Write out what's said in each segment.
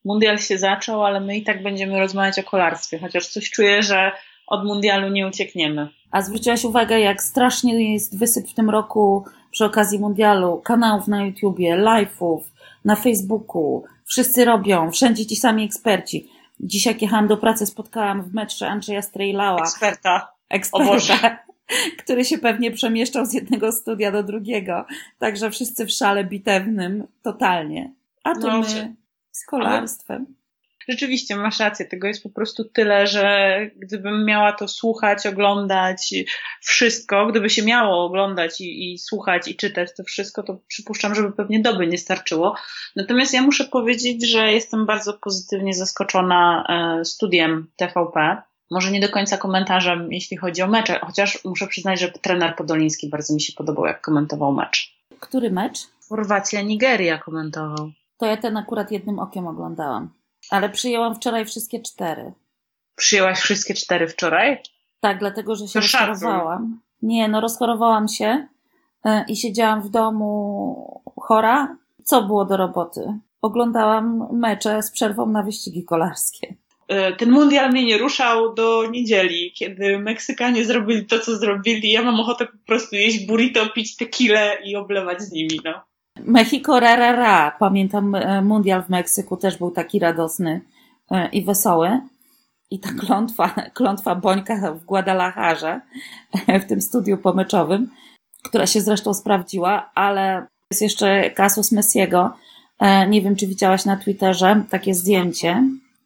mundial się zaczął, ale my i tak będziemy rozmawiać o kolarstwie, chociaż coś czuję, że od mundialu nie uciekniemy. A zwróciłaś uwagę, jak strasznie jest wysyp w tym roku przy okazji mundialu kanałów na YouTubie, live'ów, na Facebooku. Wszyscy robią, wszędzie ci sami eksperci. Dziś jak jechałam do pracy, spotkałam w metrze Andrzeja Strejlała. Eksperta. O Boże. Który się pewnie przemieszczał z jednego studia do drugiego. Także wszyscy w szale bitewnym totalnie. A to my z kolarstwem. Rzeczywiście, masz rację, tego jest po prostu tyle, że gdybym miała to słuchać, oglądać wszystko, gdyby się miało oglądać i słuchać i czytać to wszystko, to przypuszczam, żeby pewnie doby nie starczyło. Natomiast ja muszę powiedzieć, że jestem bardzo pozytywnie zaskoczona studiem TVP. Może nie do końca komentarzem, jeśli chodzi o mecze, chociaż muszę przyznać, że trener Podoliński bardzo mi się podobał, jak komentował mecz. Który mecz? Chorwacja-Nigeria komentował. To ja ten akurat jednym okiem oglądałam. Ale przyjęłam wczoraj wszystkie 4. Przyjęłaś wszystkie 4 wczoraj? Tak, dlatego, że się rozchorowałam. Nie, rozchorowałam się i siedziałam w domu chora. Co było do roboty? Oglądałam mecze z przerwą na wyścigi kolarskie. Ten mundial mnie nie ruszał do niedzieli, kiedy Meksykanie zrobili to, co zrobili. Ja mam ochotę po prostu jeść burrito, pić tequilę i oblewać z nimi, no. Mexico ra. Pamiętam, mundial w Meksyku też był taki radosny i wesoły. I ta klątwa Bońka w Guadalajarze, w tym studiu pomeczowym, która się zresztą sprawdziła, ale jest jeszcze kasus Messiego. Nie wiem, czy widziałaś na Twitterze takie zdjęcie.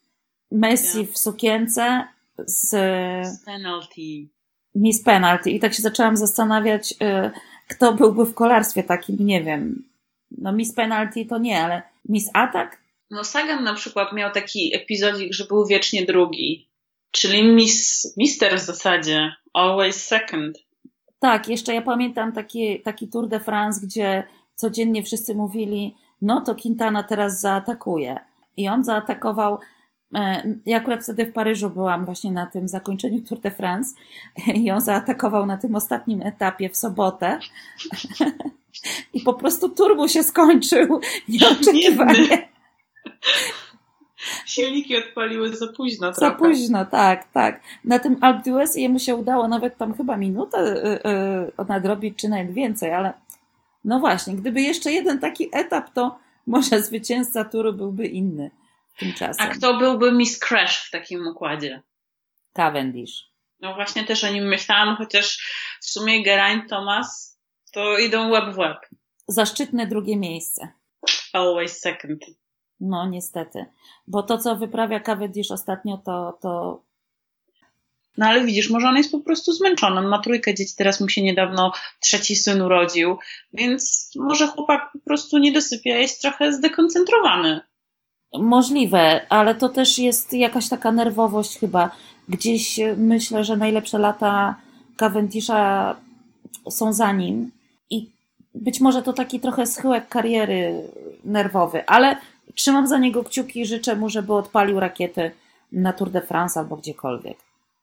Messi w sukience z penalty. Miss Penalty. I tak się zaczęłam zastanawiać, kto byłby w kolarstwie takim, nie wiem. No Miss Penalty to nie, ale Miss Attack? No Sagan na przykład miał taki epizodzik, że był wiecznie drugi. Czyli Mister w zasadzie. Always second. Tak, jeszcze ja pamiętam taki Tour de France, gdzie codziennie wszyscy mówili, no to Quintana teraz zaatakuje. I on zaatakował. Ja akurat wtedy w Paryżu byłam właśnie na tym zakończeniu Tour de France i on zaatakował na tym ostatnim etapie w sobotę i po prostu Tour mu się skończył nieoczekiwanie. Silniki odpaliły za późno trochę. Za późno, tak. Na tym Alpe d'Huez jemu się udało nawet tam chyba minutę nadrobić, czy nawet więcej, ale no właśnie, gdyby jeszcze jeden taki etap, to może zwycięzca Touru byłby inny tymczasem. A kto byłby Miss Crash w takim układzie? Cavendish. No właśnie też o nim myślałam, chociaż w sumie Geraint Thomas to idą łeb w łeb. Zaszczytne drugie miejsce. Always second. No niestety. Bo to, co wyprawia Cavendish ostatnio, to... No ale widzisz, może on jest po prostu zmęczony. On ma 3 dzieci, teraz mu się niedawno 3 syn urodził, więc może chłopak po prostu nie dosypia, jest trochę zdekoncentrowany. Możliwe, ale to też jest jakaś taka nerwowość chyba. Gdzieś myślę, że najlepsze lata Cavendisha są za nim i być może to taki trochę schyłek kariery nerwowy, ale trzymam za niego kciuki i życzę mu, żeby odpalił rakiety na Tour de France albo gdziekolwiek.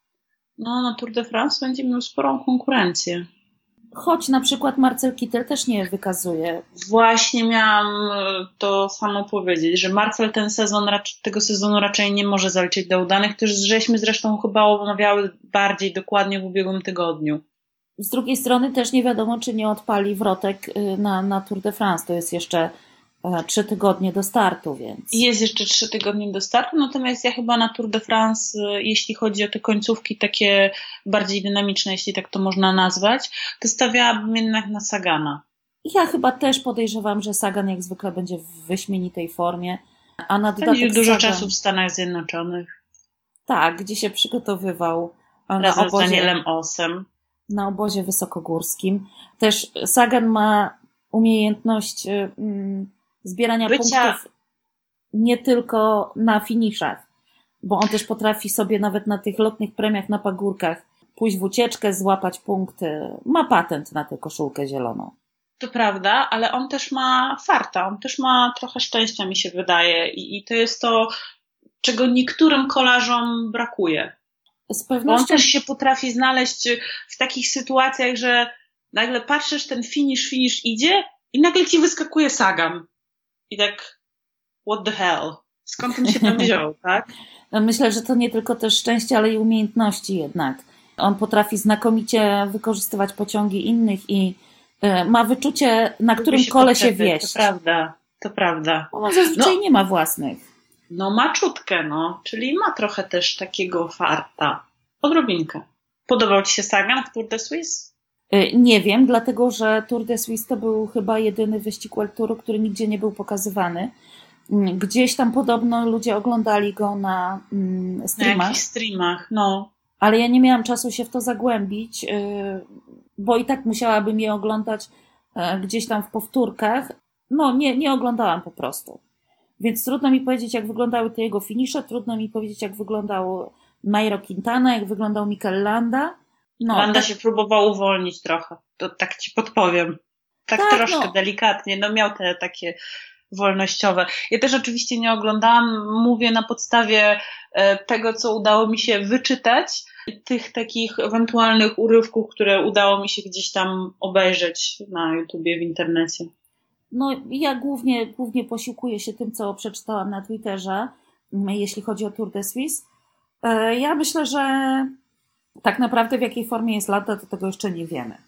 No, na Tour de France będzie miał sporą konkurencję. Choć na przykład Marcel Kittel też nie wykazuje. Właśnie miałam to samo powiedzieć, że Marcel tego sezonu raczej nie może zaliczyć do udanych, też żeśmy zresztą chyba omawiały bardziej dokładnie w ubiegłym tygodniu. Z drugiej strony też nie wiadomo, czy nie odpali wrotek na Tour de France. To jest jeszcze 3 tygodnie do startu, więc... Jest jeszcze 3 tygodnie do startu, natomiast ja chyba na Tour de France, jeśli chodzi o te końcówki takie bardziej dynamiczne, jeśli tak to można nazwać, to stawiałabym jednak na Sagana. Ja chyba też podejrzewam, że Sagan jak zwykle będzie w wyśmienitej formie, a na dodatek będzie dużo czasu w Stanach Zjednoczonych. Tak, gdzie się przygotowywał razem z Danielem Ossem. Na obozie wysokogórskim. Też Sagan ma umiejętność zbierania punktów nie tylko na finiszach, bo on też potrafi sobie nawet na tych lotnych premiach na pagórkach pójść w ucieczkę, złapać punkty. Ma patent na tę koszulkę zieloną. To prawda, ale on też ma farta, on też ma trochę szczęścia, mi się wydaje. I to jest to, czego niektórym kolarzom brakuje. Z pewnością... On też się potrafi znaleźć w takich sytuacjach, że nagle patrzysz, ten finish idzie i nagle ci wyskakuje Sagan. I tak, what the hell? Skąd on się tam wziął, tak? Myślę, że to nie tylko też szczęście, ale i umiejętności jednak. On potrafi znakomicie wykorzystywać pociągi innych i ma wyczucie, na którym kole się wieść. To prawda. On zazwyczaj nie ma własnych. No ma czutkę, czyli ma trochę też takiego farta. Odrobinkę. Podobał Ci się Sagan w Tour de Suisse? Nie wiem, dlatego że Tour de Suisse to był chyba jedyny wyścig World Touru, który nigdzie nie był pokazywany. Gdzieś tam podobno ludzie oglądali go na streamach. Na jakichś streamach, Ale ja nie miałam czasu się w to zagłębić, bo i tak musiałabym je oglądać gdzieś tam w powtórkach. Nie oglądałam po prostu. Więc trudno mi powiedzieć, jak wyglądały te jego finisze, trudno mi powiedzieć, jak wyglądał Nairo Quintana, jak wyglądał Mikel Landa. Landa się próbował uwolnić trochę, to tak Ci podpowiem. Tak troszkę delikatnie, miał te takie wolnościowe. Ja też oczywiście nie oglądałam, mówię na podstawie tego, co udało mi się wyczytać, tych takich ewentualnych urywków, które udało mi się gdzieś tam obejrzeć na YouTubie, w internecie. Ja głównie posiłkuję się tym, co przeczytałam na Twitterze, jeśli chodzi o Tour de Suisse. Ja myślę, że tak naprawdę w jakiej formie jest Landa, to tego jeszcze nie wiemy.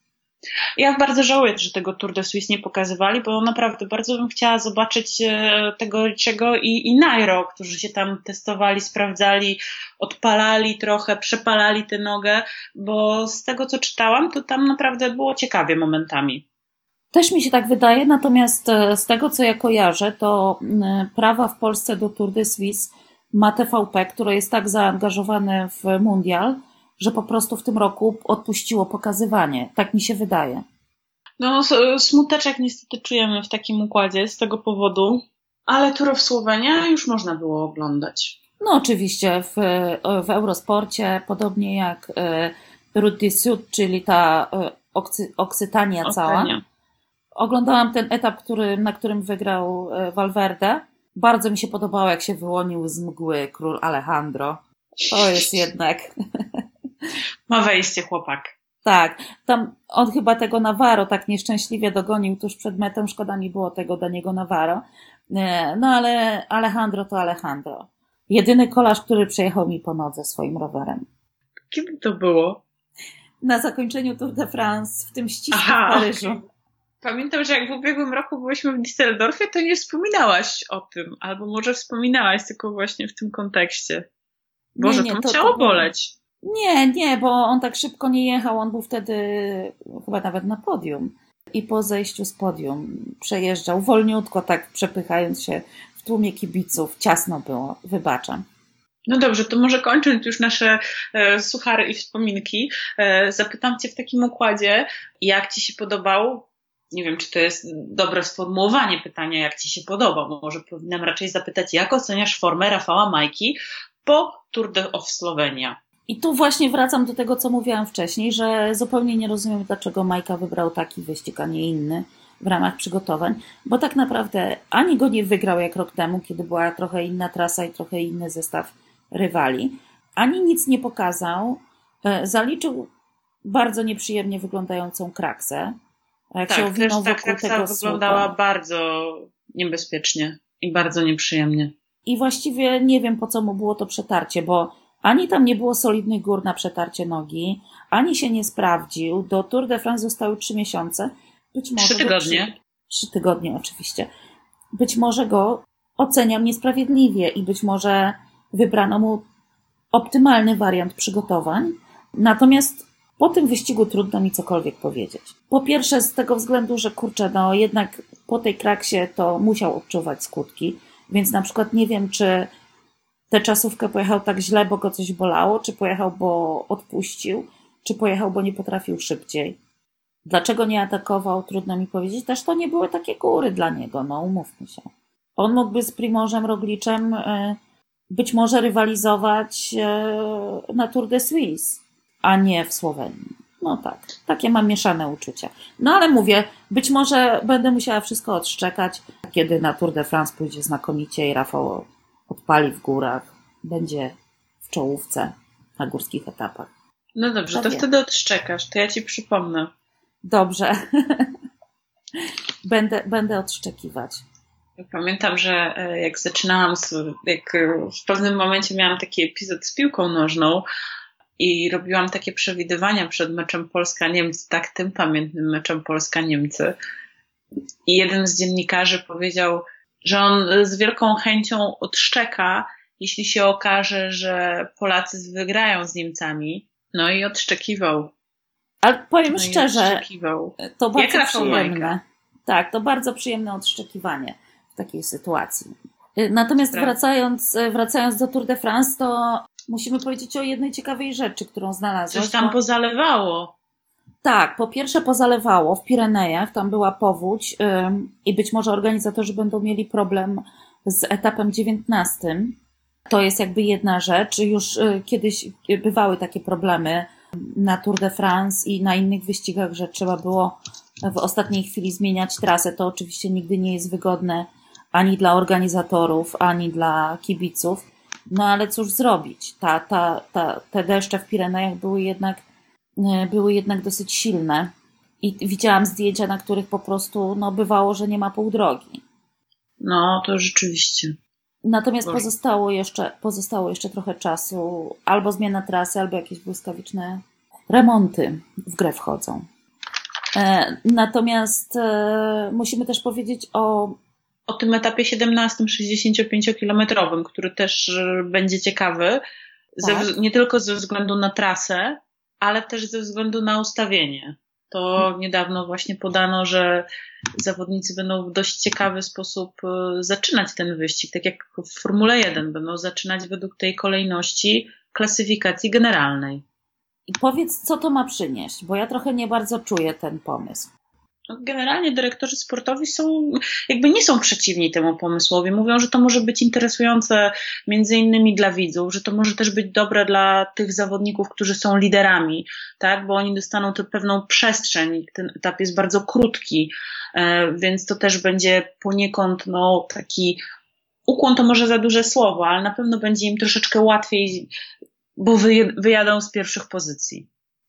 Ja bardzo żałuję, że tego Tour de Suisse nie pokazywali, bo naprawdę bardzo bym chciała zobaczyć tego Richiego i Nairo, którzy się tam testowali, sprawdzali, odpalali trochę, przepalali tę nogę, bo z tego, co czytałam, to tam naprawdę było ciekawie momentami. Też mi się tak wydaje, natomiast z tego, co ja kojarzę, to prawa w Polsce do Tour de Suisse ma TVP, które jest tak zaangażowane w mundial, że po prostu w tym roku odpuściło pokazywanie. Tak mi się wydaje. Smuteczek niestety czujemy w takim układzie z tego powodu, ale Tour of Slovenia już można było oglądać. Oczywiście w Eurosporcie, podobnie jak Route du Sud, czyli ta Oksytania cała. Oglądałam ten etap, na którym wygrał Valverde. Bardzo mi się podobało, jak się wyłonił z mgły król Alejandro. To jest jednak... Ma wejście chłopak. Tak, tam on chyba tego Navarro tak nieszczęśliwie dogonił tuż przed metą, szkoda mi było tego Daniego Navarro. Ale Alejandro to Alejandro. Jedyny kolarz, który przejechał mi po nodze swoim rowerem. Kiedy to było? Na zakończeniu Tour de France, w tym ścisku w Paryżu. Okay. Pamiętam, że jak w ubiegłym roku byliśmy w Düsseldorfie, to nie wspominałaś o tym. Albo może wspominałaś, tylko właśnie w tym kontekście. Boże, to musiało boleć. Nie, bo on tak szybko nie jechał. On był wtedy chyba nawet na podium. I po zejściu z podium przejeżdżał wolniutko, tak przepychając się w tłumie kibiców. Ciasno było, wybaczam. No dobrze, to może kończąc już nasze suchary i wspominki, zapytam Cię w takim układzie, jak Ci się podobał? Nie wiem, czy to jest dobre sformułowanie pytania, jak Ci się podobał. Może powinnam raczej zapytać, jak oceniasz formę Rafała Majki po Tour de Slovenia? I tu właśnie wracam do tego, co mówiłam wcześniej, że zupełnie nie rozumiem, dlaczego Majka wybrał taki wyścig, a nie inny w ramach przygotowań, bo tak naprawdę ani go nie wygrał jak rok temu, kiedy była trochę inna trasa i trochę inny zestaw rywali, ani nic nie pokazał. Zaliczył bardzo nieprzyjemnie wyglądającą kraksę. Jak się owinął wokół tego słupa. Wyglądała bardzo niebezpiecznie i bardzo nieprzyjemnie. I właściwie nie wiem, po co mu było to przetarcie, bo ani tam nie było solidnych gór na przetarcie nogi, ani się nie sprawdził. Do Tour de France zostały 3 miesiące. Być może 3 tygodnie. 3 tygodnie oczywiście. Być może go oceniam niesprawiedliwie i być może wybrano mu optymalny wariant przygotowań. Natomiast po tym wyścigu trudno mi cokolwiek powiedzieć. Po pierwsze z tego względu, że jednak po tej kraksie to musiał odczuwać skutki, więc na przykład nie wiem, czy tę czasówkę pojechał tak źle, bo go coś bolało, czy pojechał, bo odpuścił, czy pojechał, bo nie potrafił szybciej. Dlaczego nie atakował, trudno mi powiedzieć. Też to nie były takie góry dla niego, umówmy się. On mógłby z Primożem Rogliczem być może rywalizować na Tour de Suisse, a nie w Słowenii. Tak, takie mam mieszane uczucia. Ale mówię, być może będę musiała wszystko odszczekać, kiedy na Tour de France pójdzie znakomicie i Rafał odpali w górach, będzie w czołówce na górskich etapach. No dobrze, to wtedy odszczekasz, to ja Ci przypomnę. Dobrze. Będę odszczekiwać. Pamiętam, że jak zaczynałam, jak w pewnym momencie miałam taki epizod z piłką nożną i robiłam takie przewidywania przed meczem Polska-Niemcy, tak tym pamiętnym meczem Polska-Niemcy. I jeden z dziennikarzy powiedział, że on z wielką chęcią odszczeka, jeśli się okaże, że Polacy wygrają z Niemcami. No i odszczekiwał. Ale powiem szczerze, to bardzo przyjemne. Tak, to bardzo przyjemne odszczekiwanie w takiej sytuacji. Natomiast wracając do Tour de France, to musimy powiedzieć o jednej ciekawej rzeczy, którą znalazłaś. Coś tam pozalewało. Tak, po pierwsze pozalewało w Pirenejach, tam była powódź i być może organizatorzy będą mieli problem z etapem 19. To jest jakby jedna rzecz. Już kiedyś bywały takie problemy na Tour de France i na innych wyścigach, że trzeba było w ostatniej chwili zmieniać trasę. To oczywiście nigdy nie jest wygodne ani dla organizatorów, ani dla kibiców. No ale cóż zrobić? Te deszcze w Pirenejach były jednak dosyć silne i widziałam zdjęcia, na których po prostu bywało, że nie ma pół drogi. No, to rzeczywiście. Natomiast pozostało jeszcze trochę czasu. Albo zmiana trasy, albo jakieś błyskawiczne remonty w grę wchodzą. Natomiast musimy też powiedzieć o tym etapie 17, 65-kilometrowym, który też będzie ciekawy. Tak. Nie tylko ze względu na trasę, ale też ze względu na ustawienie. To niedawno właśnie podano, że zawodnicy będą w dość ciekawy sposób zaczynać ten wyścig, tak jak w Formule 1 będą zaczynać według tej kolejności klasyfikacji generalnej. I powiedz, co to ma przynieść, bo ja trochę nie bardzo czuję ten pomysł. Generalnie dyrektorzy sportowi nie są przeciwni temu pomysłowi. Mówią, że to może być interesujące między innymi dla widzów, że to może też być dobre dla tych zawodników, którzy są liderami, tak? Bo oni dostaną tę pewną przestrzeń. Ten etap jest bardzo krótki, więc to też będzie poniekąd taki ukłon, to może za duże słowo, ale na pewno będzie im troszeczkę łatwiej, bo wyjadą z pierwszych pozycji.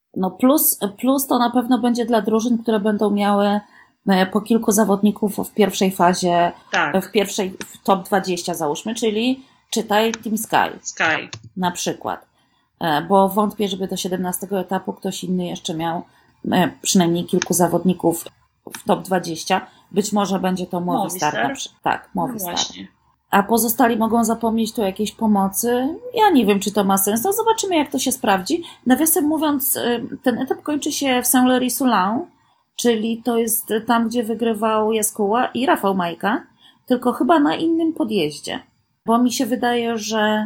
Plus to na pewno będzie dla drużyn, które będą miały po kilku zawodników w pierwszej fazie, tak. w top 20 załóżmy, czyli czytaj Team Sky. Na przykład. Bo wątpię, żeby do 17 etapu ktoś inny jeszcze miał przynajmniej kilku zawodników w top 20. Być może będzie to Movistar. Tak, Movistar. Właśnie. A pozostali mogą zapomnieć tu o jakiejś pomocy. Ja nie wiem, czy to ma sens. No zobaczymy, jak to się sprawdzi. Nawiasem mówiąc, ten etap kończy się w Saint-Lary-Soulan, czyli to jest tam, gdzie wygrywał Jaskuła i Rafał Majka, tylko chyba na innym podjeździe. Bo mi się wydaje, że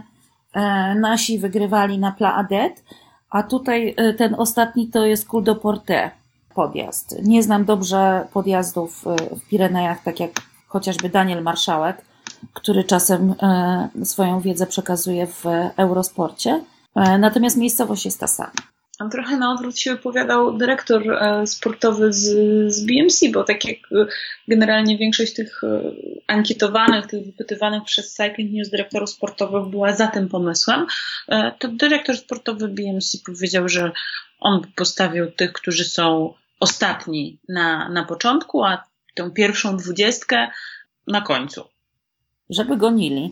nasi wygrywali na Pla Adet, a tutaj ten ostatni to jest Col de Portet podjazd. Nie znam dobrze podjazdów w Pirenejach, tak jak chociażby Daniel Marszałek, który czasem swoją wiedzę przekazuje w Eurosporcie. Natomiast miejscowość jest ta sama. A trochę na odwrót się wypowiadał dyrektor sportowy z BMC, bo tak jak generalnie większość tych ankietowanych, tych wypytywanych przez Cycling News dyrektorów sportowych była za tym pomysłem, to dyrektor sportowy BMC powiedział, że on postawił tych, którzy są ostatni na początku, a tę pierwszą 20 na końcu. Żeby gonili.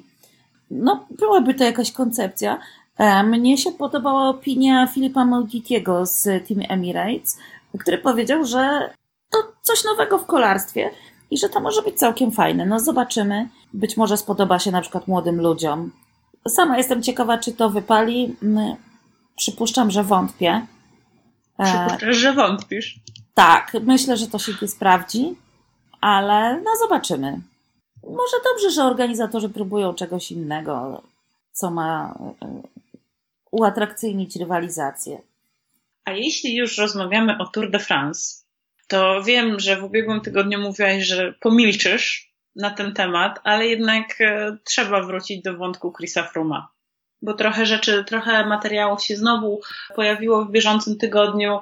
Byłaby to jakaś koncepcja. Mnie się podobała opinia Filipa Mauditiego z Team Emirates, który powiedział, że to coś nowego w kolarstwie i że to może być całkiem fajne. Zobaczymy. Być może spodoba się na przykład młodym ludziom. Sama jestem ciekawa, czy to wypali. Przypuszczam, że wątpię. Przypuszczasz, że wątpisz? Tak, myślę, że to się nie sprawdzi, ale zobaczymy. Może dobrze, że organizatorzy próbują czegoś innego, co ma uatrakcyjnić rywalizację. A jeśli już rozmawiamy o Tour de France, to wiem, że w ubiegłym tygodniu mówiłaś, że pomilczysz na ten temat, ale jednak trzeba wrócić do wątku Chrisa Frooma. Bo trochę materiałów się znowu pojawiło w bieżącym tygodniu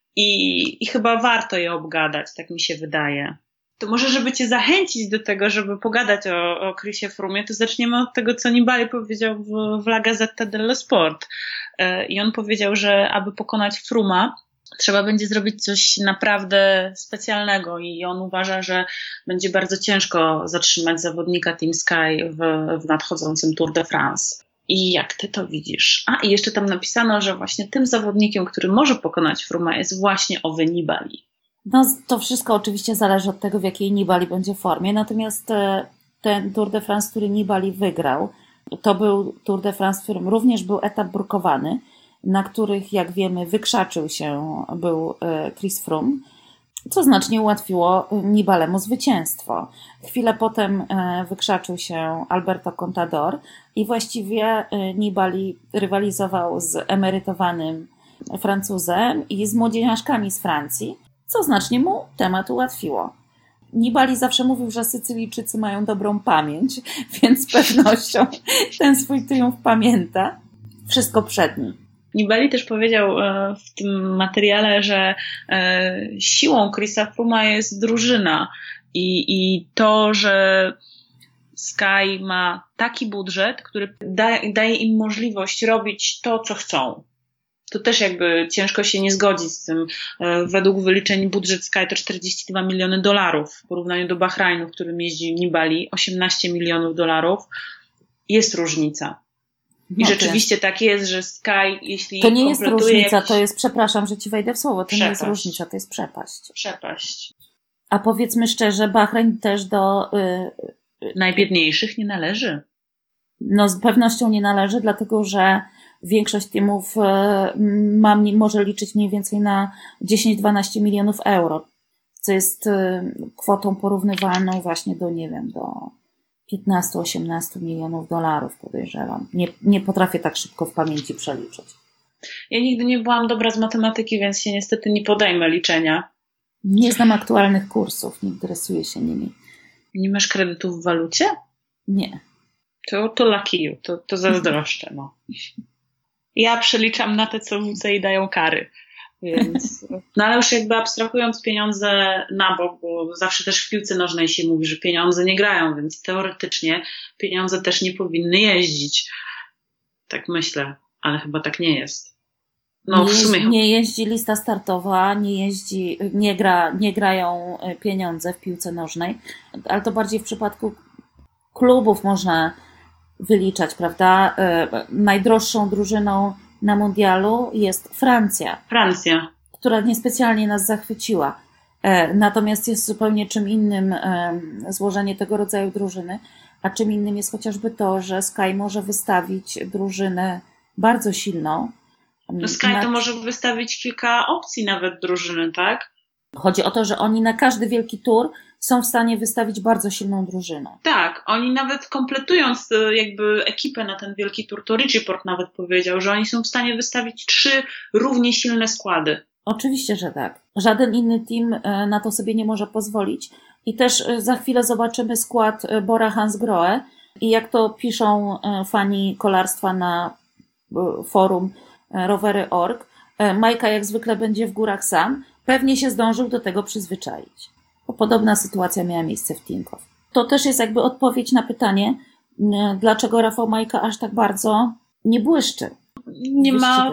i chyba warto je obgadać, tak mi się wydaje. To może, żeby cię zachęcić do tego, żeby pogadać o Chrisie Froomie, to zaczniemy od tego, co Nibali powiedział w La Gazzetta dello Sport. I on powiedział, że aby pokonać Frooma, trzeba będzie zrobić coś naprawdę specjalnego i on uważa, że będzie bardzo ciężko zatrzymać zawodnika Team Sky w nadchodzącym Tour de France. I jak ty to widzisz? I jeszcze tam napisano, że właśnie tym zawodnikiem, który może pokonać Frooma, jest właśnie owy Nibali. No to wszystko oczywiście zależy od tego, w jakiej Nibali będzie formie, natomiast ten Tour de France, który Nibali wygrał, to był Tour de France, w którym również był etap brukowany, na których, jak wiemy, wykrzaczył się był Chris Froome, co znacznie ułatwiło Nibalemu zwycięstwo. Chwilę potem wykrzaczył się Alberto Contador i właściwie Nibali rywalizował z emerytowanym Francuzem i z młodzieniaszkami z Francji, co znacznie mu temat ułatwiło. Nibali zawsze mówił, że Sycylijczycy mają dobrą pamięć, więc z pewnością ten swój triumf pamięta. Wszystko przed nim. Nibali też powiedział w tym materiale, że siłą Chrisa Frooma jest drużyna i to, że Sky ma taki budżet, który daje im możliwość robić to, co chcą. To też jakby ciężko się nie zgodzić z tym. Według wyliczeń budżet Sky to $42 miliony w porównaniu do Bahrajnu, w którym jeździ Nibali, $18 milionów. Jest różnica. I no rzeczywiście tak jest, że Sky, jeśli to nie jest różnica, jakiś... to jest, przepraszam, że ci wejdę w słowo, to przepaść. Nie jest różnica, to jest przepaść. Przepaść. A powiedzmy szczerze, Bahrain też do... najbiedniejszych nie należy. No z pewnością nie należy, dlatego że większość teamów może liczyć mniej więcej na 10-12 milionów euro, co jest kwotą porównywalną właśnie do, nie wiem, do 15-18 milionów dolarów, podejrzewam. Nie potrafię tak szybko w pamięci przeliczyć. Ja nigdy nie byłam dobra z matematyki, więc się niestety nie podejmę liczenia. Nie znam aktualnych kursów, nie interesuję się nimi. Nie masz kredytów w walucie? Nie. To lucky you, to zazdroszczę, no. Ja przeliczam na te, co WCI dają kary. Więc, no ale już jakby abstrahując pieniądze na bok, bo zawsze też w piłce nożnej się mówi, że pieniądze nie grają, więc teoretycznie pieniądze też nie powinny jeździć. Tak myślę, ale chyba tak nie jest. No w sumie. Nie jeździ lista startowa, nie grają pieniądze w piłce nożnej, ale to bardziej w przypadku klubów można wyliczać, prawda? Najdroższą drużyną na mundialu jest Francja, która niespecjalnie nas zachwyciła. Natomiast jest zupełnie czym innym złożenie tego rodzaju drużyny, a czym innym jest chociażby to, że Sky może wystawić drużynę bardzo silną. No Sky to może wystawić kilka opcji nawet drużyny, tak? Chodzi o to, że oni na każdy wielki tour są w stanie wystawić bardzo silną drużynę. Tak, oni nawet kompletując jakby ekipę na ten wielki tour, to Richie Porte nawet powiedział, że oni są w stanie wystawić 3 równie silne składy. Oczywiście, że tak. Żaden inny team na to sobie nie może pozwolić. I też za chwilę zobaczymy skład Bora Hansgrohe i jak to piszą fani kolarstwa na forum rowery.org, Majka jak zwykle będzie w górach sam, pewnie się zdążył do tego przyzwyczaić. Bo podobna sytuacja miała miejsce w Tinkoff. To też jest jakby odpowiedź na pytanie, dlaczego Rafał Majka aż tak bardzo nie błyszczy. Nie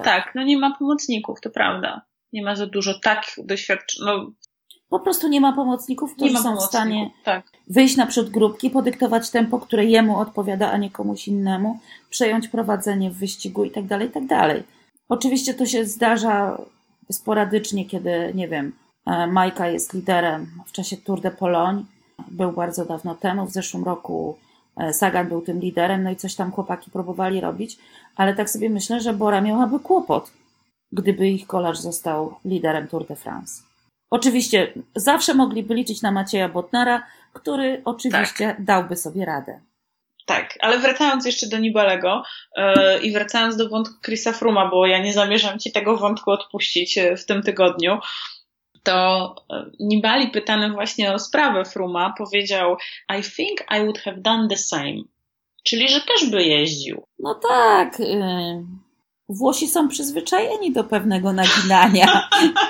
ma pomocników, to prawda. Nie ma za dużo tak doświadczonych. Po prostu nie ma pomocników, którzy są w stanie wyjść naprzód grupki, podyktować tempo, które jemu odpowiada, a nie komuś innemu, przejąć prowadzenie w wyścigu itd., itd. Oczywiście to się zdarza sporadycznie, kiedy, nie wiem, Majka jest liderem w czasie Tour de Pologne. Był bardzo dawno temu, w zeszłym roku Sagan był tym liderem, no i coś tam chłopaki próbowali robić, ale tak sobie myślę, że Bora miałaby kłopot, gdyby ich kolarz został liderem Tour de France. Oczywiście zawsze mogliby liczyć na Macieja Bodnara, który oczywiście dałby sobie radę. Tak, ale wracając jeszcze do Nibalego i wracając do wątku Chrisa Frooma, bo ja nie zamierzam ci tego wątku odpuścić w tym tygodniu, to Nibali pytany właśnie o sprawę Frooma powiedział I think I would have done the same. Czyli, że też by jeździł. No tak, Włosi są przyzwyczajeni do pewnego naginania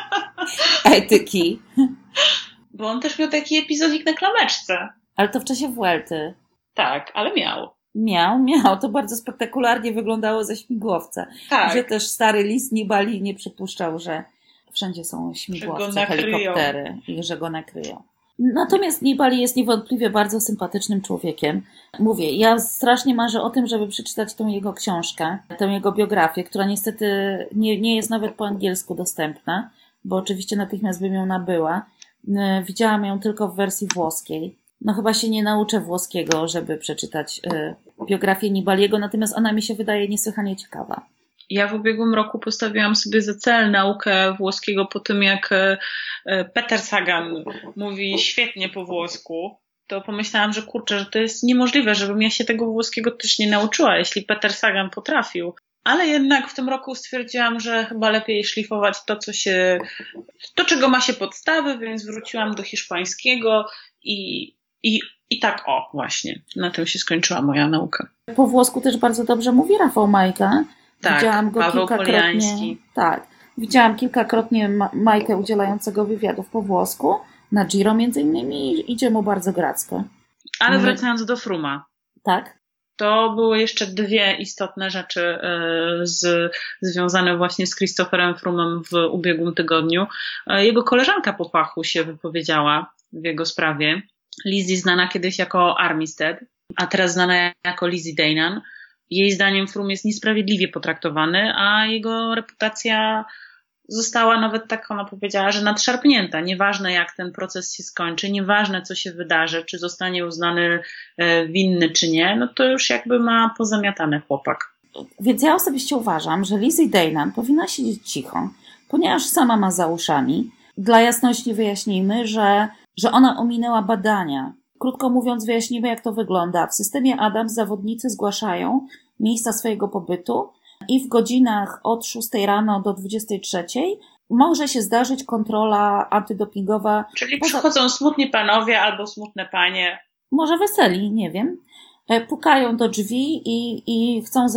etyki. Bo on też miał taki epizodik na klameczce. Ale to w czasie Vuelty. Tak, ale miał. Miał. To bardzo spektakularnie wyglądało ze śmigłowca. Tak. Że też stary list Nibali nie przypuszczał, że wszędzie są śmigłowce, Że go nakryją. helikoptery i że go nakryją. Natomiast Nibali jest niewątpliwie bardzo sympatycznym człowiekiem. Mówię, ja strasznie marzę o tym, żeby przeczytać tą jego książkę, tę jego biografię, która niestety nie jest nawet po angielsku dostępna, bo oczywiście natychmiast bym ją nabyła. Widziałam ją tylko w wersji włoskiej. No chyba się nie nauczę włoskiego, żeby przeczytać biografię Nibaliego, natomiast ona mi się wydaje niesłychanie ciekawa. Ja w ubiegłym roku postawiłam sobie za cel naukę włoskiego po tym, jak Peter Sagan mówi świetnie po włosku. To pomyślałam, że kurczę, że to jest niemożliwe, żebym ja się tego włoskiego też nie nauczyła, jeśli Peter Sagan potrafił. Ale jednak w tym roku stwierdziłam, że chyba lepiej szlifować to, czego ma się podstawy, więc wróciłam do hiszpańskiego i tak właśnie. Na tym się skończyła moja nauka. Po włosku też bardzo dobrze mówi Rafał Majka. Tak, widziałam go Paweł kilkakrotnie. Poliański. Tak, widziałam kilkakrotnie Majkę udzielającego wywiadów po włosku. Na Giro między innymi idzie mu bardzo gracko. Ale wracając do Frooma. Tak? To były jeszcze dwie istotne rzeczy związane właśnie z Christopherem Froomem w ubiegłym tygodniu. Jego koleżanka po fachu się wypowiedziała w jego sprawie. Lizzie, znana kiedyś jako Armistead, a teraz znana jako Lizzie Deignan. Jej zdaniem Froome jest niesprawiedliwie potraktowany, a jego reputacja została nawet, tak ona powiedziała, że nadszarpnięta. Nieważne jak ten proces się skończy, nieważne co się wydarzy, czy zostanie uznany winny czy nie, no to już jakby ma pozamiatane chłopak. Więc ja osobiście uważam, że Lizzie Deignan powinna siedzieć cicho, ponieważ sama ma za uszami. Dla jasności wyjaśnijmy, że ona ominęła badania. Krótko mówiąc, wyjaśnijmy jak to wygląda. W systemie ADAMS zawodnicy zgłaszają miejsca swojego pobytu i w godzinach od 6 rano do 23 może się zdarzyć kontrola antydopingowa. Czyli przychodzą smutni panowie albo smutne panie. Może weseli, nie wiem. Pukają do drzwi i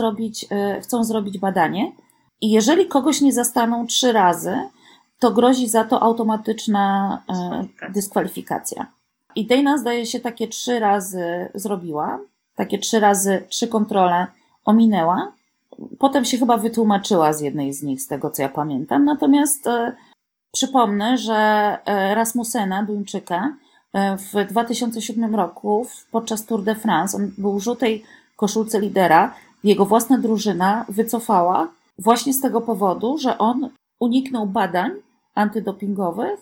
chcą zrobić badanie. I jeżeli kogoś nie zastaną 3 razy, to grozi za to automatyczna dyskwalifikacja. I Deignan zdaje się takie 3 razy zrobiła. Takie 3 razy 3 kontrole ominęła. Potem się chyba wytłumaczyła z jednej z nich, z tego co ja pamiętam. Natomiast przypomnę, że Rasmussena, Duńczyka, w 2007 roku podczas Tour de France, on był w żółtej koszulce lidera, jego własna drużyna wycofała właśnie z tego powodu, że on uniknął badań antydopingowych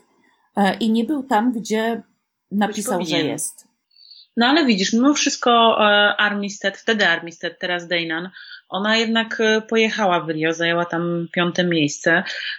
i nie był tam, gdzie napisał, że jest. No ale widzisz, mimo wszystko wtedy Armistead, teraz Deignan, ona jednak pojechała w Rio, zajęła tam 5. miejsce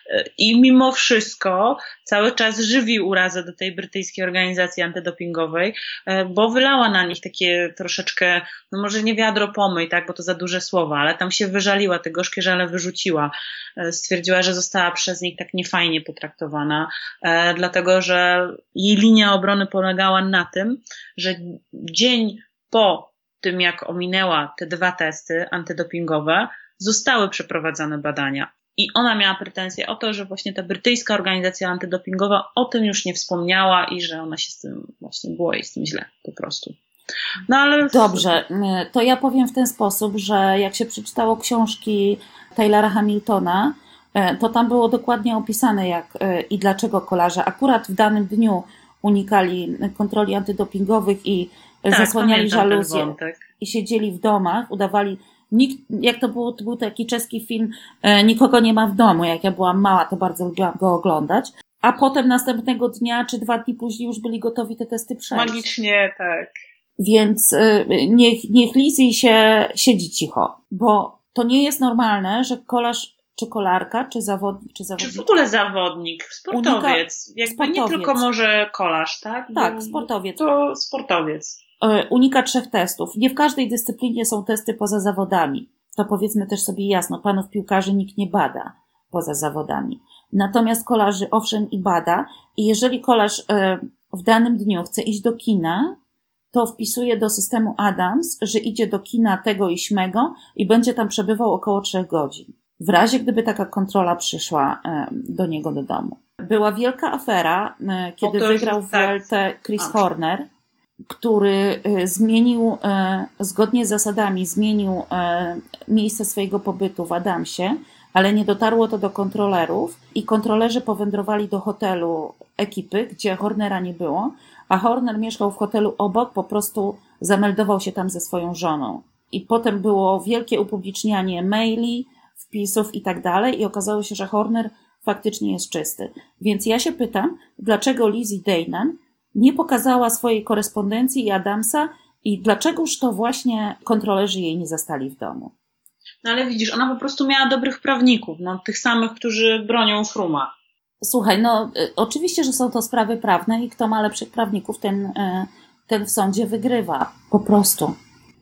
i mimo wszystko cały czas żywi urazę do tej brytyjskiej organizacji antydopingowej, bo wylała na nich takie troszeczkę, no może nie wiadro pomyj, tak, bo to za duże słowa, ale tam się wyżaliła, te gorzkie żale wyrzuciła. Stwierdziła, że została przez nich tak niefajnie potraktowana, dlatego że jej linia obrony polegała na tym, że dzień po tym, jak ominęła te 2 testy antydopingowe, zostały przeprowadzone badania. I ona miała pretensje o to, że właśnie ta brytyjska organizacja antydopingowa o tym już nie wspomniała i że ona się z tym właśnie było jej z tym źle po prostu. No ale... Dobrze, to ja powiem w ten sposób, że jak się przeczytało książki Taylora Hamiltona, to tam było dokładnie opisane jak i dlaczego kolarze akurat w danym dniu unikali kontroli antydopingowych i zasłaniali żaluzję i siedzieli w domach, udawali, jak to był taki czeski film Nikogo nie ma w domu, jak ja byłam mała, to bardzo lubiłam go oglądać, a potem następnego dnia czy 2 dni później już byli gotowi te testy przejść. Magicznie, tak. Więc niech Lizzie się siedzi cicho, bo to nie jest normalne, że kolarz czy kolarka, czy zawodnik, czy w ogóle zawodnik, sportowiec, nie tylko może kolarz, tak? Tak, sportowiec. To sportowiec. Unika 3 testów. Nie w każdej dyscyplinie są testy poza zawodami. To powiedzmy też sobie jasno, panów piłkarzy nikt nie bada poza zawodami. Natomiast kolarzy owszem i bada i jeżeli kolarz w danym dniu chce iść do kina, to wpisuje do systemu ADAMS, że idzie do kina tego i śmego i będzie tam przebywał około 3 godzin. W razie, gdyby taka kontrola przyszła do niego do domu. Była wielka afera, kiedy wygrał Vueltę Chris Horner, który zgodnie z zasadami zmienił miejsce swojego pobytu w Adamsie, ale nie dotarło to do kontrolerów i kontrolerzy powędrowali do hotelu ekipy, gdzie Hornera nie było, a Horner mieszkał w hotelu obok, po prostu zameldował się tam ze swoją żoną. I potem było wielkie upublicznianie maili, wpisów i tak dalej i okazało się, że Horner faktycznie jest czysty. Więc ja się pytam, dlaczego Lizzie Deignan nie pokazała swojej korespondencji i Adamsa i dlaczegoż to właśnie kontrolerzy jej nie zastali w domu. No ale widzisz, ona po prostu miała dobrych prawników, no tych samych, którzy bronią Fruma. Słuchaj, no oczywiście, że są to sprawy prawne i kto ma lepszych prawników, ten w sądzie wygrywa. Po prostu.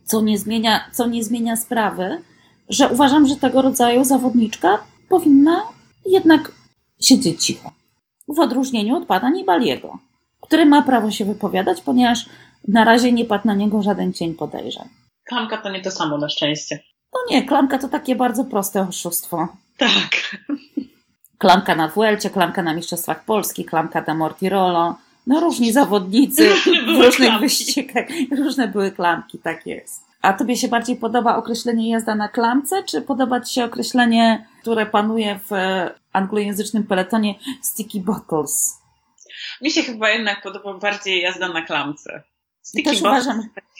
Co nie zmienia sprawy, że uważam, że tego rodzaju zawodniczka powinna jednak siedzieć cicho. W odróżnieniu od pana Nibaliego, który ma prawo się wypowiadać, ponieważ na razie nie padł na niego żaden cień podejrzeń. Klamka to nie to samo, na szczęście. No nie, klamka to takie bardzo proste oszustwo. Tak. Klamka na Vuelcie, klamka na Mistrzostwach Polski, klamka na Mortirolo. No różni zawodnicy w różnych wyścigach. Różne były klamki, tak jest. A tobie się bardziej podoba określenie jazda na klamce, czy podoba ci się określenie, które panuje w anglojęzycznym peletonie sticky bottles? Mi się chyba jednak podoba bardziej jazda na klamce. Sticky bottles. Uważam,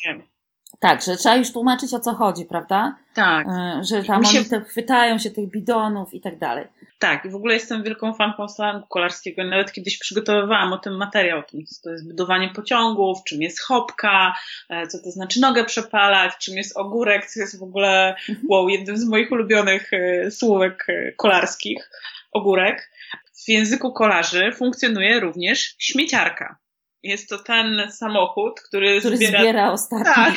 tak, że trzeba już tłumaczyć, o co chodzi, prawda? Tak. Że tam oni chwytają się tych bidonów i tak dalej. Tak, i w ogóle jestem wielką fanką slalomku kolarskiego. Nawet kiedyś przygotowywałam o tym materiał, o tym, co to jest budowanie pociągów, czym jest chopka, co to znaczy nogę przepalać, czym jest ogórek, co jest w ogóle jednym z moich ulubionych słówek kolarskich, ogórek. W języku kolarzy funkcjonuje również śmieciarka. Jest to ten samochód, który zbiera ostatni. Tak.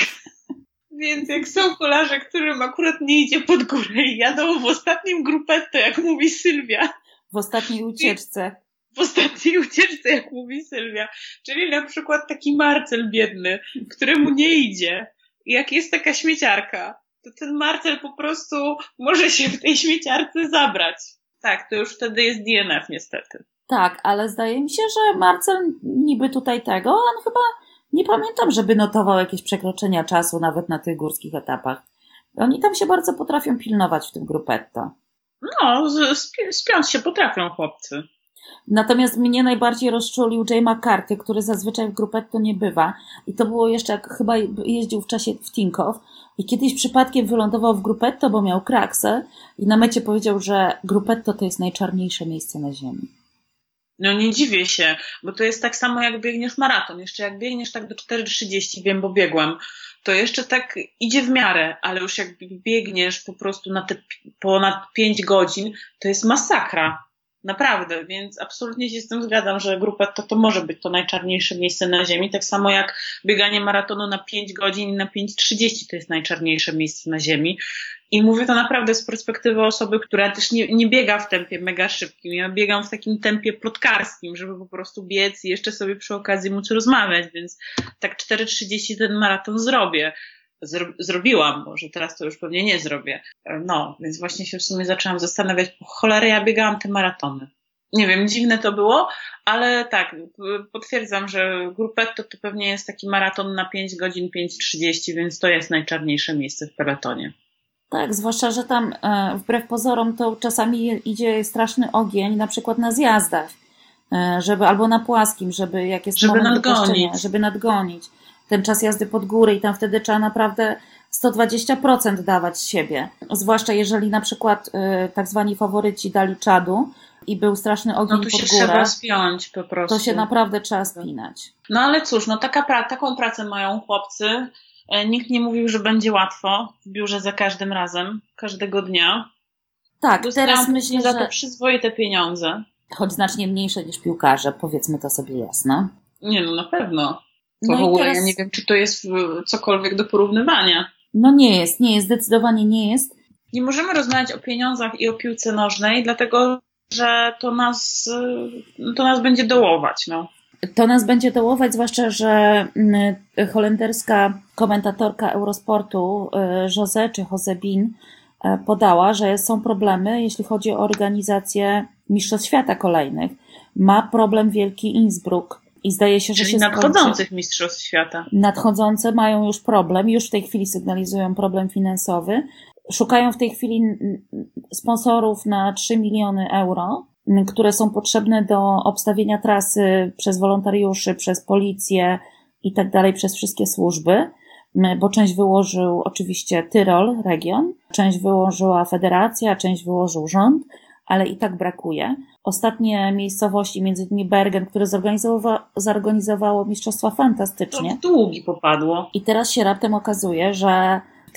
Więc jak są kolarze, którym akurat nie idzie pod górę i jadą w ostatnim gruppetto, jak mówi Sylwia. W ostatniej ucieczce. W ostatniej ucieczce, jak mówi Sylwia. Czyli na przykład taki Marcel biedny, któremu nie idzie. I jak jest taka śmieciarka, to ten Marcel po prostu może się w tej śmieciarce zabrać. Tak, to już wtedy jest DNF niestety. Tak, ale zdaje mi się, że Marcel niby tutaj tego, on chyba nie pamiętam, żeby notował jakieś przekroczenia czasu nawet na tych górskich etapach. Oni tam się bardzo potrafią pilnować w tym gruppetto. No, spiąć się potrafią chłopcy. Natomiast mnie najbardziej rozczulił Jay McCarthy, który zazwyczaj w gruppetto nie bywa. I to było jeszcze, jak chyba jeździł w czasie w Tinkoff i kiedyś przypadkiem wylądował w gruppetto, bo miał kraksę i na mecie powiedział, że gruppetto to jest najczarniejsze miejsce na ziemi. No nie dziwię się, bo to jest tak samo jak biegniesz maraton. Jeszcze jak biegniesz tak do 4:30, wiem, bo biegłam, to jeszcze tak idzie w miarę, ale już jak biegniesz po prostu na te ponad 5 godzin, to jest masakra. Naprawdę, więc absolutnie się z tym zgadzam, że gruppetto to może być to najczarniejsze miejsce na ziemi, tak samo jak bieganie maratonu na 5 godzin i na 5:30 to jest najczarniejsze miejsce na ziemi. I mówię to naprawdę z perspektywy osoby, która też nie biega w tempie mega szybkim. Ja biegam w takim tempie plotkarskim, żeby po prostu biec i jeszcze sobie przy okazji móc rozmawiać, więc tak 4:30 ten maraton zrobię. Zrobiłam, może teraz to już pewnie nie zrobię. No, więc właśnie się w sumie zaczęłam zastanawiać, po cholerę ja biegałam te maratony. Nie wiem, dziwne to było, ale tak, potwierdzam, że gruppetto to pewnie jest taki maraton na 5 godzin, 5:30, więc to jest najczarniejsze miejsce w peletonie. Tak, zwłaszcza, że tam wbrew pozorom to czasami idzie straszny ogień, na przykład na zjazdach, żeby albo na płaskim, żeby jak jest moment wypuszczenia, żeby nadgonić ten czas jazdy pod górę i tam wtedy trzeba naprawdę 120% dawać z siebie. Zwłaszcza jeżeli na przykład tak zwani faworyci dali czadu i był straszny ogień pod górę. No tu się trzeba spiąć po prostu. To się naprawdę trzeba spinać. No ale cóż, no taką pracę mają chłopcy. Nikt nie mówił, że będzie łatwo w biurze za każdym razem, każdego dnia. Tak, teraz myślę, za to przyzwoite pieniądze. Choć znacznie mniejsze niż piłkarze, powiedzmy to sobie jasno. Nie, no na pewno. To w ogóle teraz... ja nie wiem, czy to jest cokolwiek do porównywania. No nie jest, zdecydowanie nie jest. Nie możemy rozmawiać o pieniądzach i o piłce nożnej, dlatego że to nas będzie dołować, no. To nas będzie dołować, zwłaszcza, że holenderska komentatorka Eurosportu Jose Bin podała, że są problemy, jeśli chodzi o organizację Mistrzostw Świata kolejnych. Ma problem wielki Innsbruck i zdaje się, że czyli się nadchodzących Mistrzostw Świata. Nadchodzące mają już problem, już w tej chwili sygnalizują problem finansowy Szukają w tej chwili sponsorów na 3 miliony euro, które są potrzebne do obstawienia trasy przez wolontariuszy, przez policję i tak dalej, przez wszystkie służby, bo część wyłożył oczywiście Tyrol, region, część wyłożyła federacja, część wyłożył rząd, ale i tak brakuje. Ostatnie miejscowości, między innymi Bergen, które zorganizowało mistrzostwa fantastycznie. To w długi popadło. I teraz się raptem okazuje, że w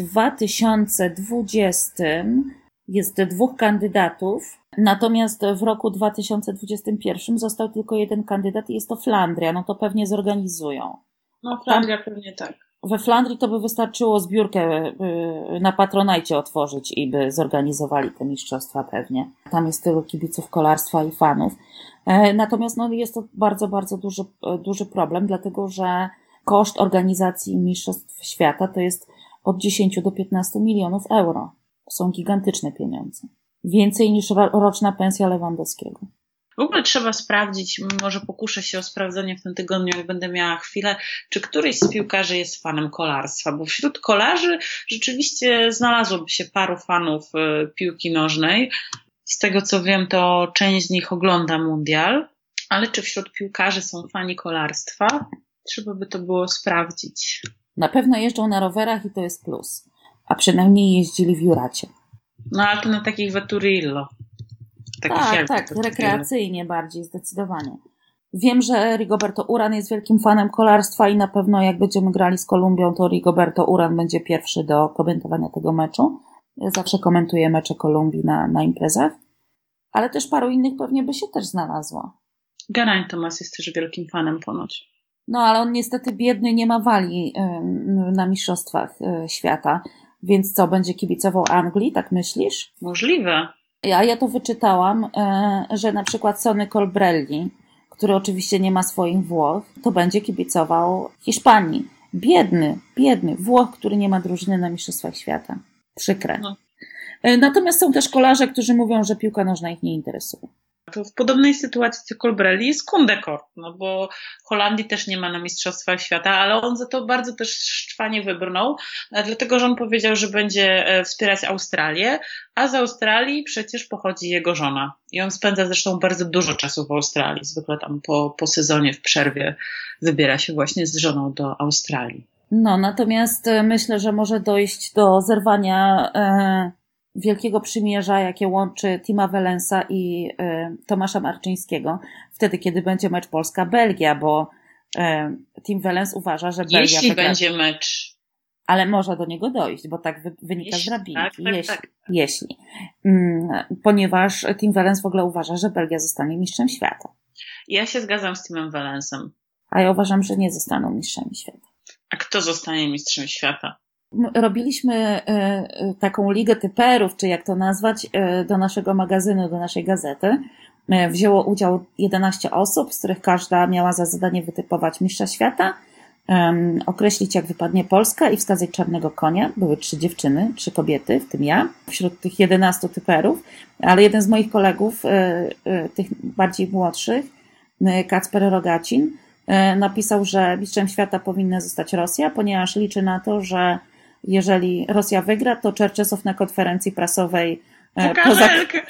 2020 jest 2 kandydatów, natomiast w roku 2021 został tylko 1 kandydat i jest to Flandria. No to pewnie zorganizują. No Flandria pewnie tak. We Flandrii to by wystarczyło zbiórkę na Patronite otworzyć i by zorganizowali te mistrzostwa pewnie. Tam jest tylu kibiców kolarstwa i fanów. Natomiast no, jest to bardzo, bardzo duży problem, dlatego że koszt organizacji mistrzostw świata to jest od 10 do 15 milionów euro. To są gigantyczne pieniądze. Więcej niż roczna pensja Lewandowskiego. W ogóle trzeba sprawdzić, może pokuszę się o sprawdzenie w tym tygodniu, jak będę miała chwilę, czy któryś z piłkarzy jest fanem kolarstwa, bo wśród kolarzy rzeczywiście znalazłoby się paru fanów piłki nożnej. Z tego co wiem, to część z nich ogląda mundial, ale czy wśród piłkarzy są fani kolarstwa? Trzeba by to było sprawdzić. Na pewno jeżdżą na rowerach i to jest plus, a przynajmniej jeździli w Juracie. No ale to na takich Veturillo. Tak, rekreacyjnie bardziej, zdecydowanie. Wiem, że Rigoberto Urán jest wielkim fanem kolarstwa i na pewno jak będziemy grali z Kolumbią, to Rigoberto Urán będzie pierwszy do komentowania tego meczu. Ja zawsze komentuję mecze Kolumbii na imprezach, ale też paru innych pewnie by się też znalazło. Geraint Thomas jest też wielkim fanem ponoć. No, ale on niestety biedny nie ma wali na mistrzostwach świata, więc co, będzie kibicował Anglii, tak myślisz? Możliwe. Ja to wyczytałam, że na przykład Sonny Colbrelli, który oczywiście nie ma swoich Włoch, to będzie kibicował Hiszpanii. Biedny Włoch, który nie ma drużyny na mistrzostwach świata. Przykre. No. Natomiast są też kolarze, którzy mówią, że piłka nożna ich nie interesuje. To w podobnej sytuacji co Colbrelli jest Kundekort, no bo Holandii też nie ma na mistrzostwach świata, ale on za to bardzo też szczwanie wybrnął, dlatego że on powiedział, że będzie wspierać Australię, a z Australii przecież pochodzi jego żona. I on spędza zresztą bardzo dużo czasu w Australii, zwykle tam po sezonie w przerwie wybiera się właśnie z żoną do Australii. No, natomiast myślę, że może dojść do zerwania wielkiego przymierza, jakie łączy Tima Walensa i Tomasza Marczyńskiego, wtedy, kiedy będzie mecz Polska-Belgia, bo Tim Wałęs uważa, że Belgia... Jeśli będzie mecz. Ale może do niego dojść, bo tak wynika z drabinki. Jeśli. Ponieważ Tim Wałęs w ogóle uważa, że Belgia zostanie mistrzem świata. Ja się zgadzam z Timem Wałęsem. A ja uważam, że nie zostaną mistrzami świata. A kto zostanie mistrzem świata? Robiliśmy taką ligę typerów, czy jak to nazwać, do naszego magazynu, do naszej gazety. Wzięło udział 11 osób, z których każda miała za zadanie wytypować mistrza świata, określić jak wypadnie Polska i wskazać czarnego konia. Były 3 dziewczyny, 3 kobiety, w tym ja, wśród tych 11 typerów, ale jeden z moich kolegów, tych bardziej młodszych, Kacper Rogacin, napisał, że mistrzem świata powinna zostać Rosja, ponieważ liczy na to, że jeżeli Rosja wygra, to Czerczesow na konferencji prasowej pokaże Elkę.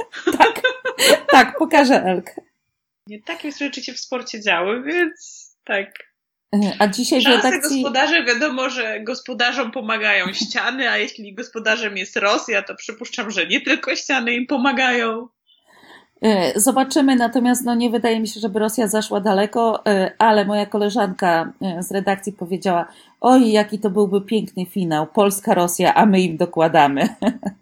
Tak, pokaże Elkę. Nie takie rzeczy się w sporcie działy, więc tak. A dzisiaj w redakcji... gospodarze, wiadomo, że gospodarzom pomagają ściany, a jeśli gospodarzem jest Rosja, to przypuszczam, że nie tylko ściany im pomagają. Zobaczymy, natomiast nie wydaje mi się, żeby Rosja zaszła daleko, ale moja koleżanka z redakcji powiedziała: oj, jaki to byłby piękny finał, Polska-Rosja, a my im dokładamy.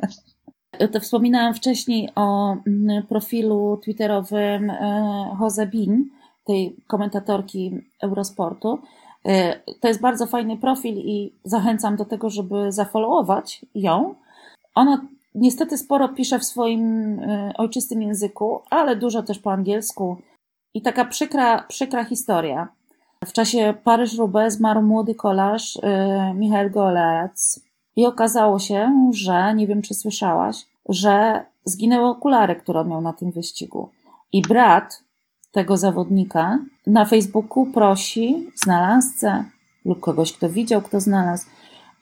To wspominałam wcześniej o profilu twitterowym Jose Bin, tej komentatorki Eurosportu. To jest bardzo fajny profil i zachęcam do tego, żeby zafollowować ją. Ona niestety sporo pisze w swoim ojczystym języku, ale dużo też po angielsku. I taka przykra historia. W czasie Paryż-Roubaix zmarł młody kolarz Michał Golec. I okazało się, że, nie wiem czy słyszałaś, że zginęły okulary, które on miał na tym wyścigu. I brat tego zawodnika na Facebooku prosi znalazcę lub kogoś, kto widział, kto znalazł,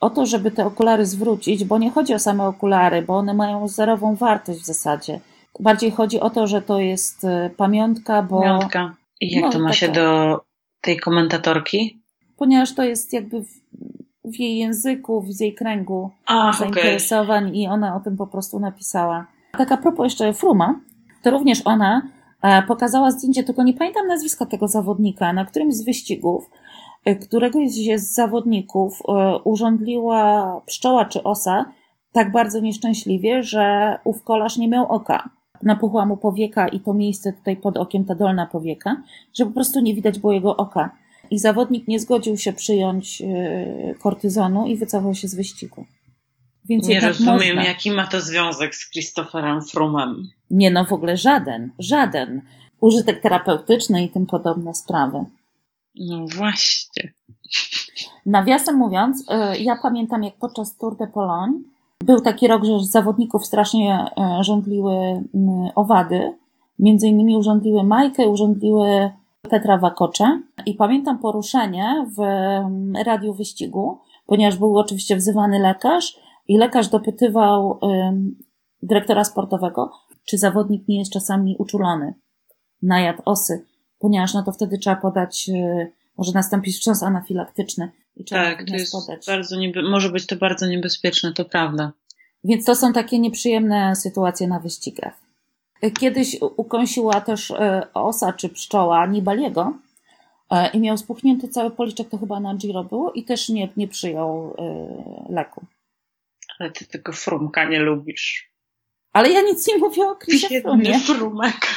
o to, żeby te okulary zwrócić, bo nie chodzi o same okulary, bo one mają zerową wartość w zasadzie. Bardziej chodzi o to, że to jest pamiątka, bo... Pamiątka. I jak to ma się do tej komentatorki? Ponieważ to jest jakby w jej języku, w jej kręgu zainteresowań i ona o tym po prostu napisała. Tak a propos jeszcze Frooma, to również ona pokazała zdjęcie, tylko nie pamiętam nazwiska tego zawodnika, na którymś z wyścigów, któregoś z zawodników urządliła pszczoła czy osa tak bardzo nieszczęśliwie, że ów kolarz nie miał oka. Napuchła mu powieka i to miejsce tutaj pod okiem, ta dolna powieka, że po prostu nie widać było jego oka. I zawodnik nie zgodził się przyjąć kortyzonu i wycofał się z wyścigu. Więc nie rozumiem, jaki ma to związek z Christopherem Froomem. Nie, no w ogóle żaden. Użytek terapeutyczny i tym podobne sprawy. No właśnie. Nawiasem mówiąc, ja pamiętam, jak podczas Tour de Pologne był taki rok, że zawodników strasznie żądliły owady. Między innymi urządliły Majkę, urządliły Petra Wakocza. I pamiętam poruszenie w radiu wyścigu, ponieważ był oczywiście wzywany lekarz i lekarz dopytywał dyrektora sportowego, czy zawodnik nie jest czasami uczulony na jad osy, ponieważ no to wtedy trzeba podać, może nastąpić wstrząs anafilaktyczny. I trzeba tak, to jest podać. Może być to bardzo niebezpieczne, to prawda. Więc to są takie nieprzyjemne sytuacje na wyścigach. Kiedyś ukąsiła też osa czy pszczoła Nibaliego i miał spuchnięty cały policzek, to chyba na Giro było i też nie przyjął leku. Ale ty tego Froomka nie lubisz. Ale ja nic nie mówię o Chrisie Froomie. Froomek.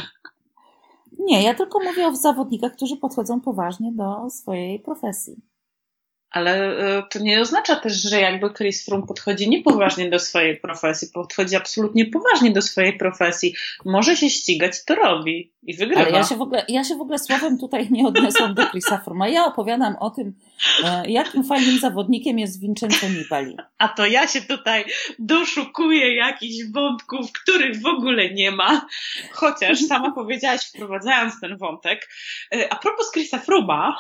Nie, ja tylko mówię o zawodnikach, którzy podchodzą poważnie do swojej profesji. Ale to nie oznacza też, że jakby Chris Froome podchodzi niepoważnie do swojej profesji, podchodzi absolutnie poważnie do swojej profesji. Może się ścigać, to robi i wygrywa. Ale ja się w ogóle słowem tutaj nie odniosłam do Chrisa Frooma. Ja opowiadam o tym, jakim fajnym zawodnikiem jest Vincenzo Nibali. A to ja się tutaj doszukuję jakichś wątków, których w ogóle nie ma. Chociaż sama powiedziałaś, wprowadzając ten wątek. A propos Chrisa Frooma...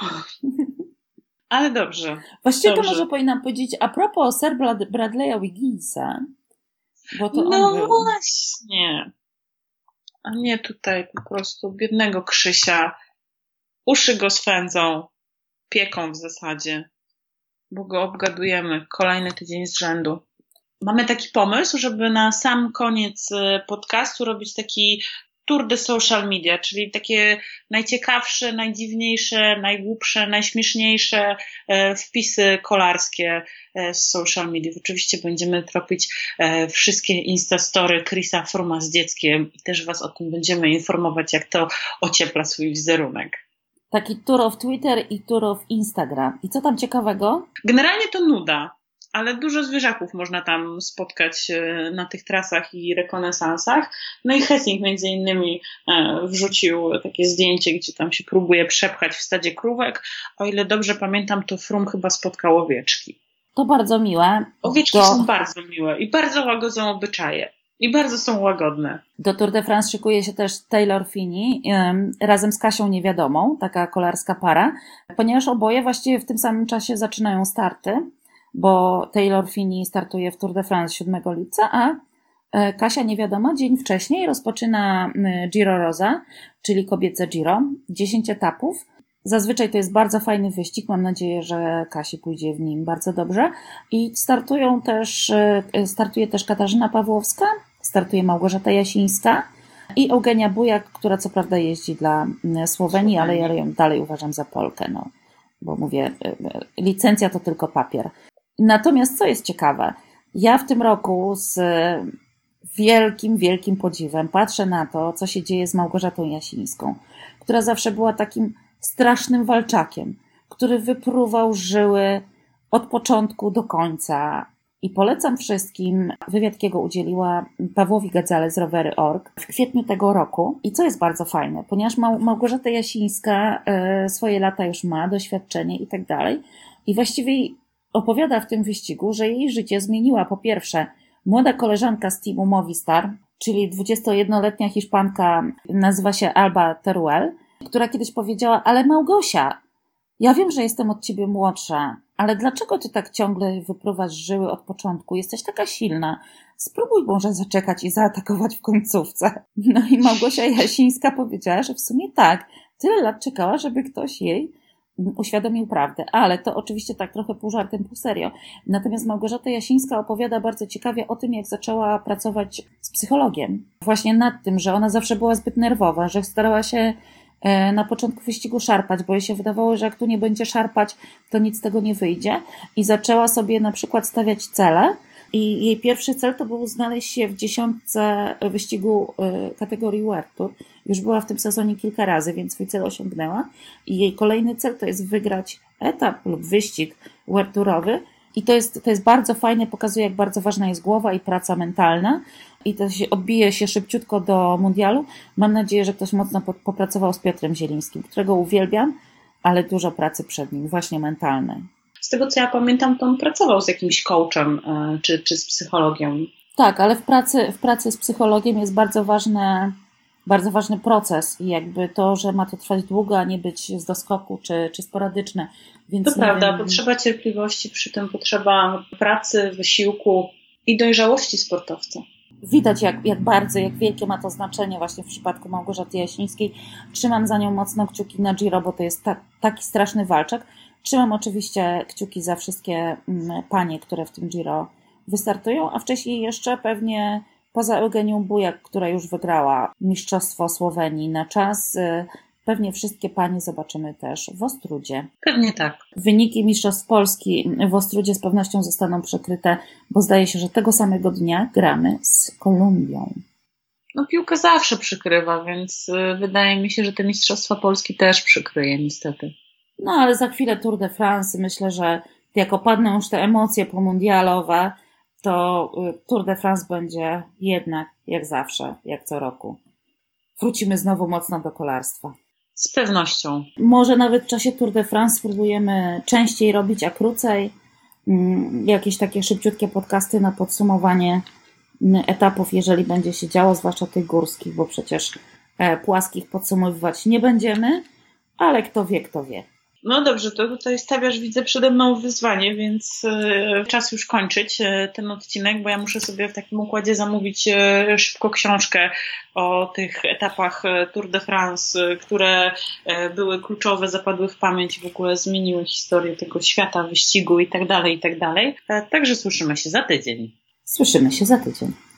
Ale dobrze. Właściwie to może powinnam powiedzieć a propos Sir Bradley'a Wigginsa, bo to no on był. Właśnie. A nie tutaj po prostu biednego Krzysia. Uszy go swędzą, pieką w zasadzie, bo go obgadujemy kolejny tydzień z rzędu. Mamy taki pomysł, żeby na sam koniec podcastu robić taki tour de social media, czyli takie najciekawsze, najdziwniejsze, najgłupsze, najśmieszniejsze wpisy kolarskie z social media. Oczywiście będziemy tropić wszystkie instastory Chrisa Frooma z dzieckiem i też was o tym będziemy informować, jak to ociepla swój wizerunek. Taki tour of Twitter i tour of Instagram. I co tam ciekawego? Generalnie to nuda. Ale dużo zwierzaków można tam spotkać na tych trasach i rekonesansach. No i Hessing między innymi wrzucił takie zdjęcie, gdzie tam się próbuje przepchać w stadzie krówek. O ile dobrze pamiętam, to Froome chyba spotkał owieczki. To bardzo miłe. Owieczki są bardzo miłe i bardzo łagodzą obyczaje. I bardzo są łagodne. Do Tour de France szykuje się też Taylor Phinney razem z Kasią Niewiadomą, taka kolarska para, ponieważ oboje właściwie w tym samym czasie zaczynają starty, bo Taylor Phinney startuje w Tour de France 7 lipca, a Kasia Niewiadoma dzień wcześniej rozpoczyna Giro Rosa, czyli kobiece Giro, 10 etapów. Zazwyczaj to jest bardzo fajny wyścig, mam nadzieję, że Kasi pójdzie w nim bardzo dobrze. I startuje też Katarzyna Pawłowska, startuje Małgorzata Jasińska i Eugenia Bujak, która co prawda jeździ dla Słowenii, ale ja ją dalej uważam za Polkę, no, bo mówię, licencja to tylko papier. Natomiast co jest ciekawe, ja w tym roku z wielkim podziwem patrzę na to, co się dzieje z Małgorzatą Jasińską, która zawsze była takim strasznym walczakiem, który wypruwał żyły od początku do końca. I polecam wszystkim wywiad, jakiego udzieliła Pawłowi Gadzale z Rowery.org w kwietniu tego roku. I co jest bardzo fajne, ponieważ Małgorzata Jasińska swoje lata już ma, doświadczenie i tak dalej. I właściwie opowiada w tym wyścigu, że jej życie zmieniła po pierwsze młoda koleżanka z teamu Movistar, czyli 21-letnia Hiszpanka, nazywa się Alba Teruel, która kiedyś powiedziała, ale Małgosia, Ja wiem, że jestem od ciebie młodsza, ale dlaczego ty tak ciągle wypruwasz żyły od początku? Jesteś taka silna. Spróbuj może zaczekać i zaatakować w końcówce. No i Małgosia Jasińska powiedziała, że w sumie tak. Tyle lat czekała, żeby ktoś jej uświadomił prawdę. Ale to oczywiście tak trochę pół żartem, pół serio. Natomiast Małgorzata Jasińska opowiada bardzo ciekawie o tym, jak zaczęła pracować z psychologiem. Właśnie nad tym, że ona zawsze była zbyt nerwowa, że starała się na początku wyścigu szarpać, bo jej się wydawało, że jak tu nie będzie szarpać, to nic z tego nie wyjdzie. I zaczęła sobie na przykład stawiać cele. I jej pierwszy cel to był znaleźć się w 10 wyścigu kategorii World Tour. Już była w tym sezonie kilka razy, więc swój cel osiągnęła. I jej kolejny cel to jest wygrać etap lub wyścig World Tourowy. I to jest bardzo fajne, pokazuje, jak bardzo ważna jest głowa i praca mentalna. I to się odbije się szybciutko do mundialu. Mam nadzieję, że ktoś mocno popracował z Piotrem Zielińskim, którego uwielbiam, ale dużo pracy przed nim, właśnie mentalnej. Z tego, co ja pamiętam, to on pracował z jakimś coachem czy z psychologiem. Tak, ale w pracy z psychologiem jest bardzo ważny proces i jakby to, że ma to trwać długo, a nie być z doskoku czy sporadyczne. Więc to prawda, potrzeba cierpliwości, przy tym potrzeba pracy, wysiłku i dojrzałości sportowca. Widać, jak wielkie ma to znaczenie właśnie w przypadku Małgorzaty Jasińskiej. Trzymam za nią mocno kciuki na Giro, bo to jest taki straszny walczak. Trzymam oczywiście kciuki za wszystkie panie, które w tym Giro wystartują, a wcześniej jeszcze pewnie poza Eugenią Bujak, która już wygrała Mistrzostwo Słowenii na czas, pewnie wszystkie panie zobaczymy też w Ostródzie. Pewnie tak. Wyniki Mistrzostw Polski w Ostródzie z pewnością zostaną przykryte, bo zdaje się, że tego samego dnia gramy z Kolumbią. No piłka zawsze przykrywa, więc wydaje mi się, że te Mistrzostwa Polski też przykryje niestety. No ale za chwilę Tour de France. Myślę, że jak opadną już te emocje pomundialowe, to Tour de France będzie jednak, jak zawsze, jak co roku. Wrócimy znowu mocno do kolarstwa. Z pewnością. Może nawet w czasie Tour de France spróbujemy częściej robić, a krócej. Jakieś takie szybciutkie podcasty na podsumowanie etapów, jeżeli będzie się działo, zwłaszcza tych górskich, bo przecież płaskich podsumowywać nie będziemy, ale kto wie, kto wie. No dobrze, to tutaj stawiasz, widzę, przede mną wyzwanie, więc czas już kończyć ten odcinek, bo ja muszę sobie w takim układzie zamówić szybko książkę o tych etapach Tour de France, które były kluczowe, zapadły w pamięć i w ogóle zmieniły historię tego świata, wyścigu i tak dalej, i tak dalej. Także słyszymy się za tydzień. Słyszymy się za tydzień.